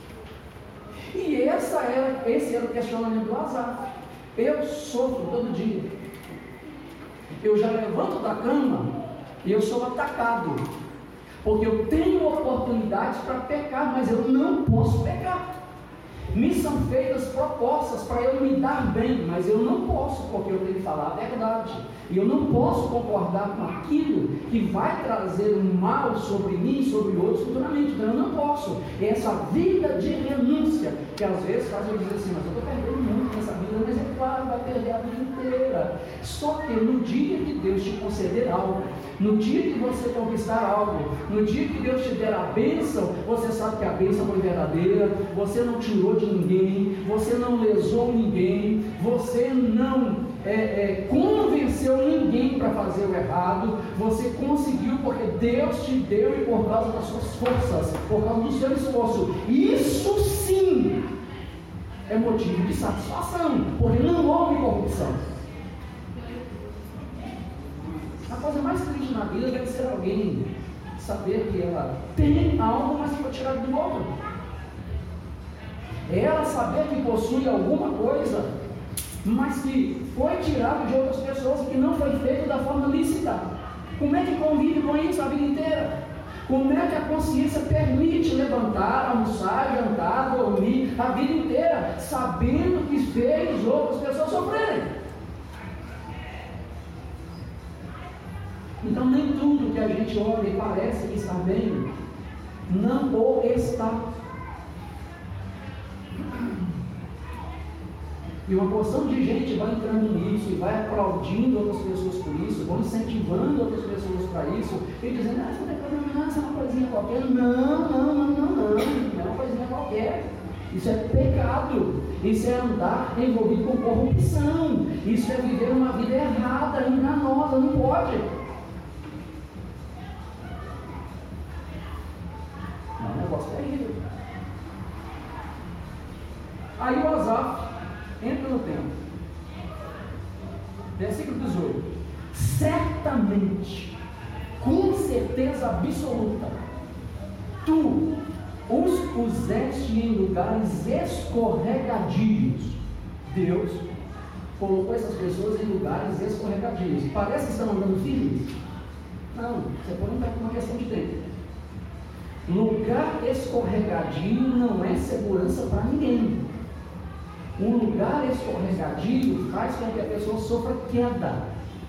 E essa era, esse era o questionamento do Asaf. Eu sofro todo dia. Eu já levanto da cama e eu sou atacado, porque eu tenho oportunidades para pecar, mas eu não posso pecar. Me são feitas propostas para eu me dar bem, mas eu não posso, porque eu tenho que falar a verdade. E eu não posso concordar com aquilo que vai trazer um mal sobre mim e sobre outros futuramente. Então eu não posso. É essa vida de renúncia, que às vezes faz eu dizer assim, mas eu estou perdendo muito nessa vida, mas é claro, vai perder a vida inteira. Só que no dia que Deus te conceder algo, no dia que você conquistar algo, no dia que Deus te der a bênção, você sabe que a bênção foi verdadeira, você não tirou de ninguém, você não lesou ninguém, você não é, é, convenceu ninguém para fazer o errado, você conseguiu porque Deus te deu e por causa das suas forças, por causa do seu esforço. Isso sim é motivo de satisfação, porque não houve corrupção. A coisa mais triste na vida deve ser alguém saber que ela tem algo, mas foi tirado do outro. É ela saber que possui alguma coisa, mas que foi tirado de outras pessoas, que não foi feito da forma lícita. Como é que convive com isso a vida inteira? Como é que a consciência permite levantar, almoçar, jantar, dormir a vida inteira, sabendo que fez outras pessoas sofrerem? Então nem tudo que a gente olha e parece que está bem, não o está. E uma porção de gente vai entrando nisso e vai aplaudindo outras pessoas por isso, vão incentivando outras pessoas para isso, e dizendo, ah, isso não tem problema não, isso é uma coisinha qualquer. Não, não, não, não, não, não é uma coisinha qualquer. Isso é pecado, isso é andar envolvido com corrupção, isso é viver uma vida errada, enganosa, não pode. É um negócio terrível. Aí o Asaf entra no templo. Versículo dezoito. Certamente, com certeza absoluta, tu os puseste em lugares escorregadios. Deus colocou essas pessoas em lugares escorregadios. Parece que estão andando firmes? Não, você põe uma questão de tempo. Lugar escorregadio não é segurança para ninguém. Um lugar escorregadio faz com que a pessoa sofra queda.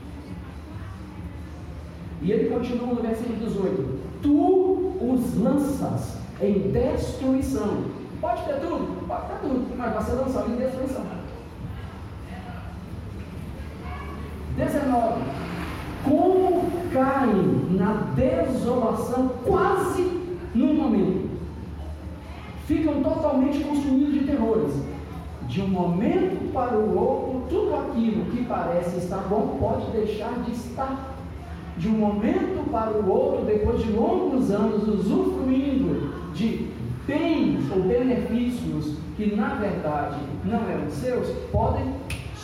E ele continua no versículo dezoito. Tu os lanças em destruição. Pode ter tudo? Pode ter tudo, mas vai ser lançado em destruição. dezenove. Como caem na desolação quase num momento. Ficam totalmente consumidos de terrores. De um momento para o outro, tudo aquilo que parece estar bom pode deixar de estar. De um momento para o outro, depois de longos anos usufruindo de bens ou benefícios que na verdade não eram seus, podem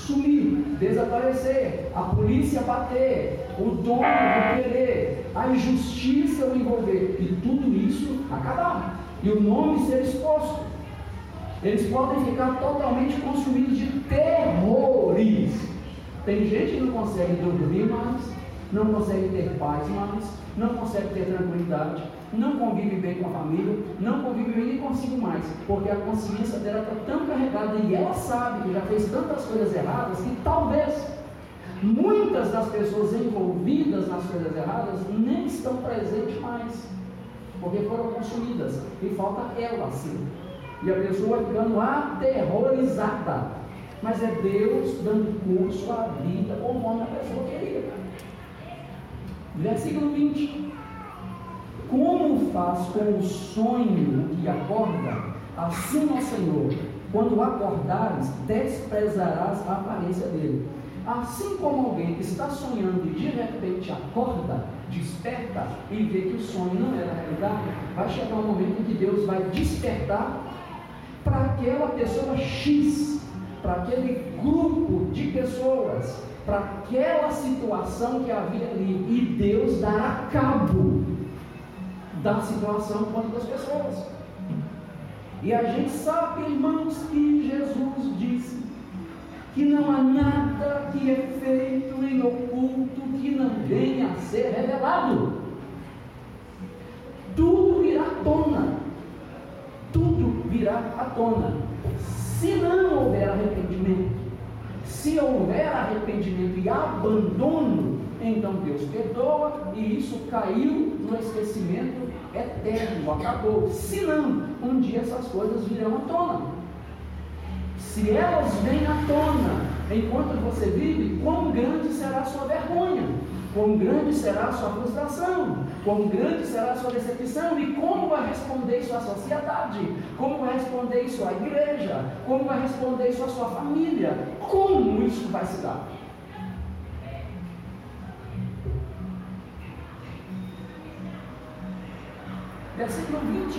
sumir, desaparecer, a polícia bater, o dono querer, a injustiça o envolver, e tudo isso acabar, e o nome ser exposto. Eles podem ficar totalmente consumidos de terrores. Tem gente que não consegue dormir mais, não consegue ter paz mais, não consegue ter tranquilidade, não convive bem com a família, não convive bem nem consigo mais, porque a consciência dela está tão carregada e ela sabe que já fez tantas coisas erradas que talvez muitas das pessoas envolvidas nas coisas erradas nem estão presentes mais, porque foram consumidas e falta ela assim. E a pessoa ficando aterrorizada, mas é Deus dando curso à vida conforme a pessoa queria. Versículo vinte: como faz com o sonho que acorda, assim, ó Senhor, quando acordares, desprezarás a aparência dele. Assim como alguém que está sonhando e de repente acorda, desperta e vê que o sonho não era realidade, vai chegar um momento em que Deus vai despertar para aquela pessoa X, para aquele grupo de pessoas, para aquela situação que havia ali, e Deus dará cabo da situação com as pessoas. E a gente sabe, irmãos, que Jesus disse que não há nada que é feito em oculto que não venha a ser revelado. Tudo virá à tona. Tudo virá à tona. Se não houver arrependimento, se houver arrependimento e abandono, então Deus perdoa e isso caiu no esquecimento eterno, acabou. Se não, um dia essas coisas virão à tona. Se elas vêm à tona enquanto você vive, quão grande será a sua vergonha, quão grande será a sua frustração, quão grande será a sua decepção, e como vai responder isso à sociedade, como vai responder isso à igreja, como vai responder isso à sua família, como isso vai se dar? Versículo vinte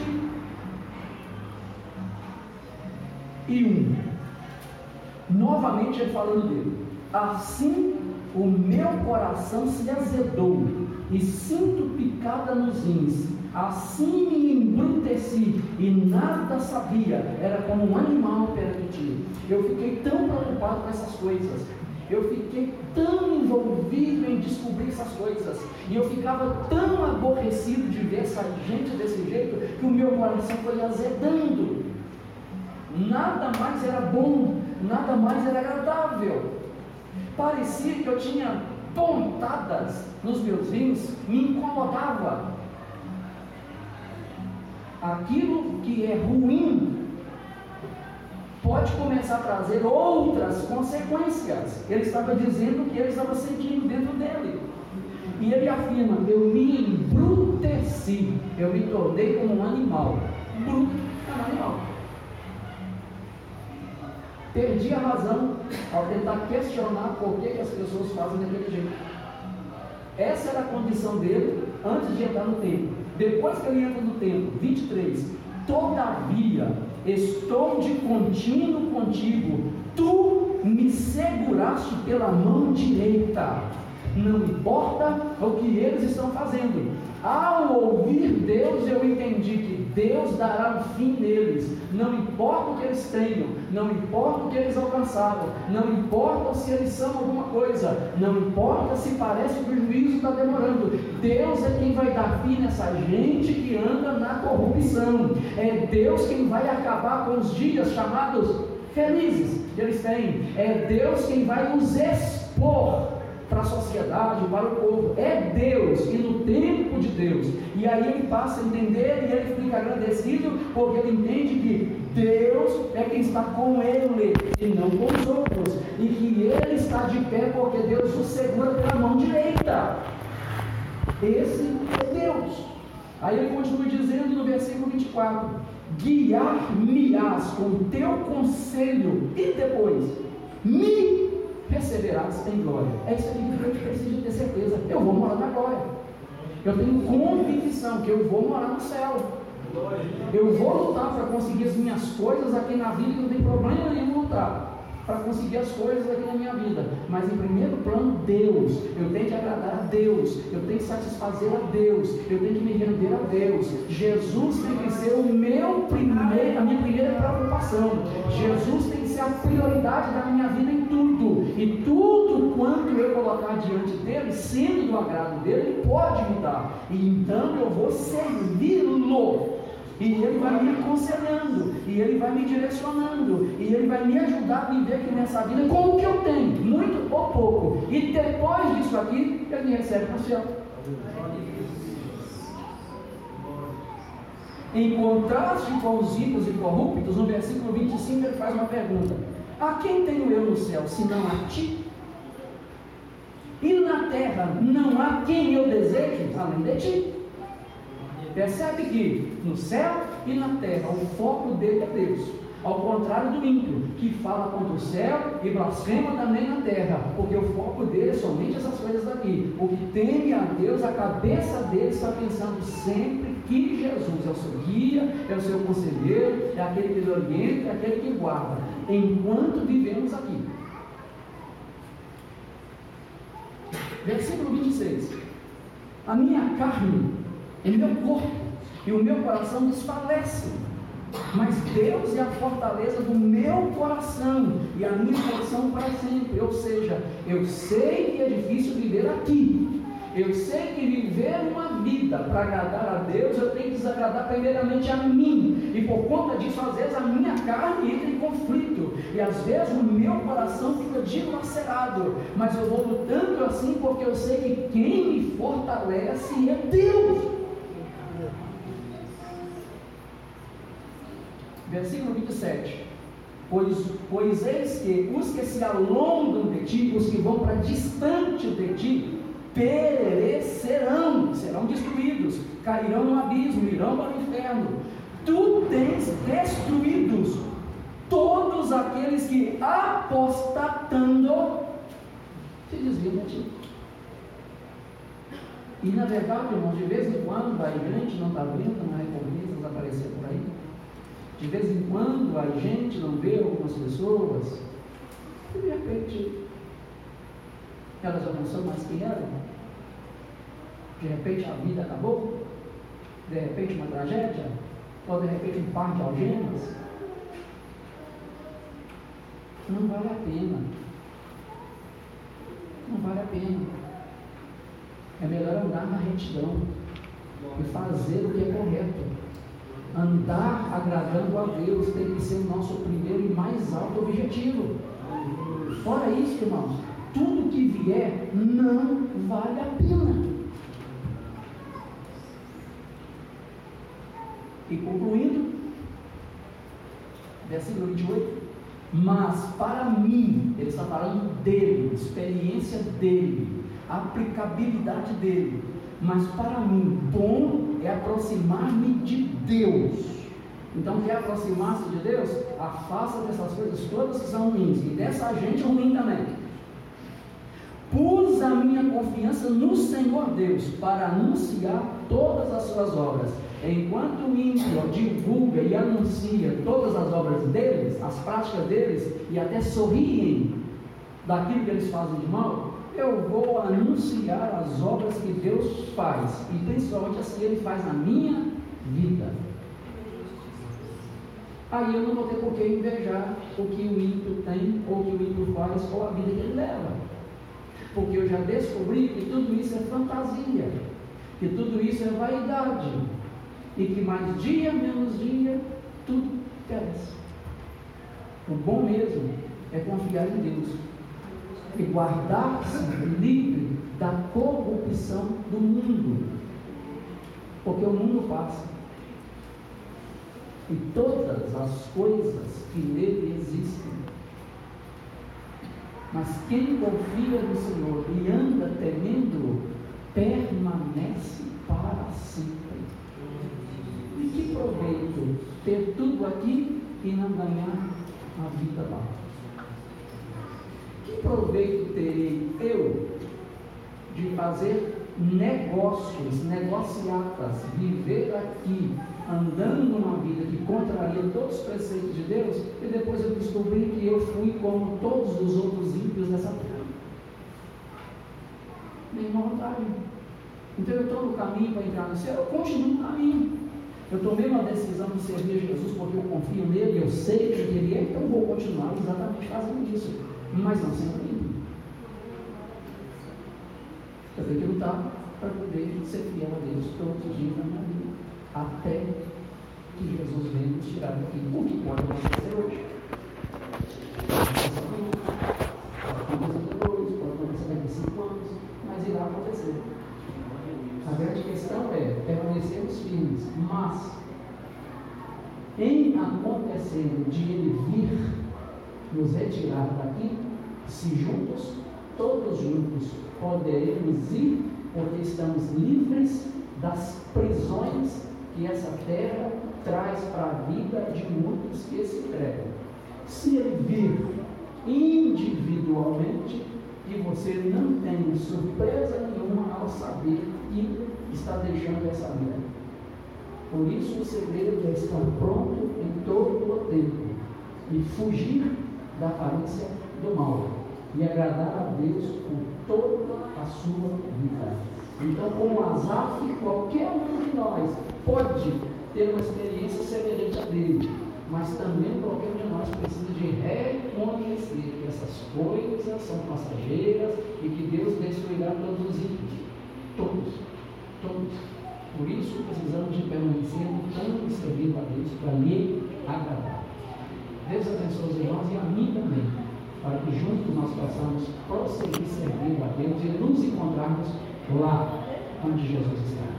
e um, novamente ele falando dele: assim o meu coração se azedou e sinto picada nos rins, assim me embruteci e nada sabia, era como um animal perante ti. Eu fiquei tão preocupado com essas coisas, eu fiquei tão envolvido em descobrir essas coisas, e eu ficava tão aborrecido de ver essa gente desse jeito, que o meu coração foi azedando. Nada mais era bom, nada mais era agradável. Parecia que eu tinha pontadas nos meus rins, me incomodava. Aquilo que é ruim pode começar a trazer outras consequências. Ele estava dizendo o que ele estava sentindo dentro dele. E ele afirma: eu me embruteci, eu me tornei como um animal. Bruto é um animal. Perdi a razão ao tentar questionar por que, que as pessoas fazem daquele jeito. Essa era a condição dele antes de entrar no templo. Depois que ele entra no templo, vinte e três, todavia estou de contínuo contigo, tu me seguraste pela mão direita. Não importa o que eles estão fazendo. Ao ouvir Deus, eu entendi que Deus dará um fim neles. Não importa o que eles tenham, não importa o que eles alcançaram, não importa se eles são alguma coisa, não importa se parece que o juízo está demorando. Deus é quem vai dar fim nessa gente que anda na corrupção. É Deus quem vai acabar com os dias chamados felizes que eles têm. É Deus quem vai nos expor para a sociedade, para o povo. É Deus, e no tempo de Deus. E aí ele passa a entender, e ele fica agradecido, porque ele entende que Deus é quem está com ele e não com os outros, e que ele está de pé porque Deus o segura pela mão direita. Esse é Deus. Aí ele continua dizendo no versículo vinte e quatro: guiar-me-ás com teu conselho, e depois me receberás em glória. É isso aqui que a gente precisa ter certeza. Eu vou morar na glória. Eu tenho convicção que eu vou morar no céu. Eu vou lutar para conseguir as minhas coisas aqui na vida, e não tem problema nenhum lutar. para conseguir as coisas aqui na minha vida, mas em primeiro plano, Deus. Eu tenho que agradar a Deus, eu tenho que satisfazer a Deus, eu tenho que me render a Deus. Jesus tem que ser o meu primeiro, a minha primeira preocupação. Jesus tem que ser a prioridade da minha vida em tudo, e tudo quanto eu colocar diante dele, sendo do agrado dele, ele pode me dar, e então eu vou servi-lo. E ele vai me aconselhando, e ele vai me direcionando, e ele vai me ajudar a viver aqui nessa vida com o que eu tenho, muito ou pouco. E depois disso aqui, ele me recebe no céu. Em contraste com os ricos e corruptos, no versículo vinte e cinco ele faz uma pergunta: a quem tenho eu no céu, senão a ti? E na terra não há quem eu deseje, além de ti. Percebe que no céu e na terra o foco dele é Deus, ao contrário do ímpio, que fala contra o céu e blasfema também na terra, porque o foco dele é somente essas coisas daqui. O que teme a Deus, a cabeça dele está pensando sempre que Jesus é o seu guia, é o seu conselheiro, é aquele que lhe orienta, é aquele que guarda, enquanto vivemos aqui. Versículo vinte e seis: a minha carne, o meu corpo e o meu coração desfalecem, mas Deus é a fortaleza do meu coração e a minha porção para sempre. Ou seja, eu sei que é difícil viver aqui, eu sei que viver uma vida para agradar a Deus, eu tenho que desagradar primeiramente a mim, e por conta disso, às vezes a minha carne entra em conflito, e às vezes o meu coração fica dilacerado, mas eu vou lutando assim, porque eu sei que quem me fortalece é Deus. Versículo vinte e sete: Pois, pois eis que os que se alongam de ti, os que vão para distante de ti, perecerão, serão destruídos, cairão no abismo, irão para o inferno. Tu tens destruídos todos aqueles que, apostatando, se desviam de ti. E na verdade, irmãos, de vez em quando a gente não está vendo uma recompensa aparecer por aí. De vez em quando a gente não vê algumas pessoas, e de repente elas já não são mais quem eram. De repente a vida acabou, de repente uma tragédia, ou de repente um par de algemas. Não vale a pena. Não vale a pena. É melhor andar na retidão e fazer o que é correto. Andar agradando a Deus tem que ser o nosso primeiro e mais alto objetivo. Fora isso, irmãos, tudo que vier não vale a pena. E concluindo, versículo vinte e oito: mas para mim, ele está falando dele, experiência dele, aplicabilidade dele. Mas para mim, bom é aproximar-me de Deus. Então, quer aproximar-se de Deus? Afasta dessas coisas todas que são ruins, e dessa gente ruim também. Pus a minha confiança no Senhor Deus para anunciar todas as suas obras. Enquanto o ímpio divulga e anuncia todas as obras deles, as práticas deles, e até sorriem daquilo que eles fazem de mal, eu vou anunciar as obras que Deus faz, e principalmente as que Ele faz na minha vida. Aí eu não vou ter por que invejar o que o ímpio tem, ou o que o ímpio faz, ou a vida que ele leva, porque eu já descobri que tudo isso é fantasia, que tudo isso é vaidade, e que mais dia menos dia tudo perece. O bom mesmo é confiar em Deus e guardar-se livre da corrupção do mundo, porque o mundo passa e todas as coisas que nele existem, mas quem confia no Senhor e anda temendo permanece para sempre. E que proveito ter tudo aqui e não ganhar a vida lá? Que proveito terei eu de fazer negócios, negociatas, viver aqui andando numa vida que contraria todos os preceitos de Deus, e depois eu descobri que eu fui como todos os outros ímpios dessa terra. Nenhuma vontade. Então eu estou no caminho para entrar no céu, eu continuo no caminho. Eu tomei uma decisão de servir a Jesus porque eu confio nele, eu sei quem ele é, então eu vou continuar exatamente fazendo isso, mas não sendo ímpio. Eu tenho que lutar para poder ser fiel a Deus todos os dias da minha vida, até que Jesus venha nos tirar daqui. O que pode acontecer hoje? Pode acontecer depois, pode acontecer daqui a cinco anos, mas irá acontecer. A grande questão é permanecermos firmes, mas em acontecendo de ele vir nos retirar daqui, se juntos, todos juntos poderemos ir, porque estamos livres das prisões que essa terra traz para a vida de muitos que se entregam. Se ele vir individualmente, e você não tem surpresa nenhuma ao saber que está deixando essa vida. Por isso o segredo é estar pronto em todo o tempo e fugir da aparência do mal e agradar a Deus por toda a sua vida. Então, como Asaf, qualquer um de nós pode ter uma experiência semelhante a dele, mas também qualquer um de nós precisa de reconhecer que essas coisas são passageiras e que Deus destruirá todos os ímpios. Todos. Todos. Por isso precisamos de permanecer lutando e servindo a Deus para lhe agradar. Deus abençoe os irmãos e a mim também, para que juntos nós possamos prosseguir servindo a Deus e nos encontrarmos lá onde Jesus está.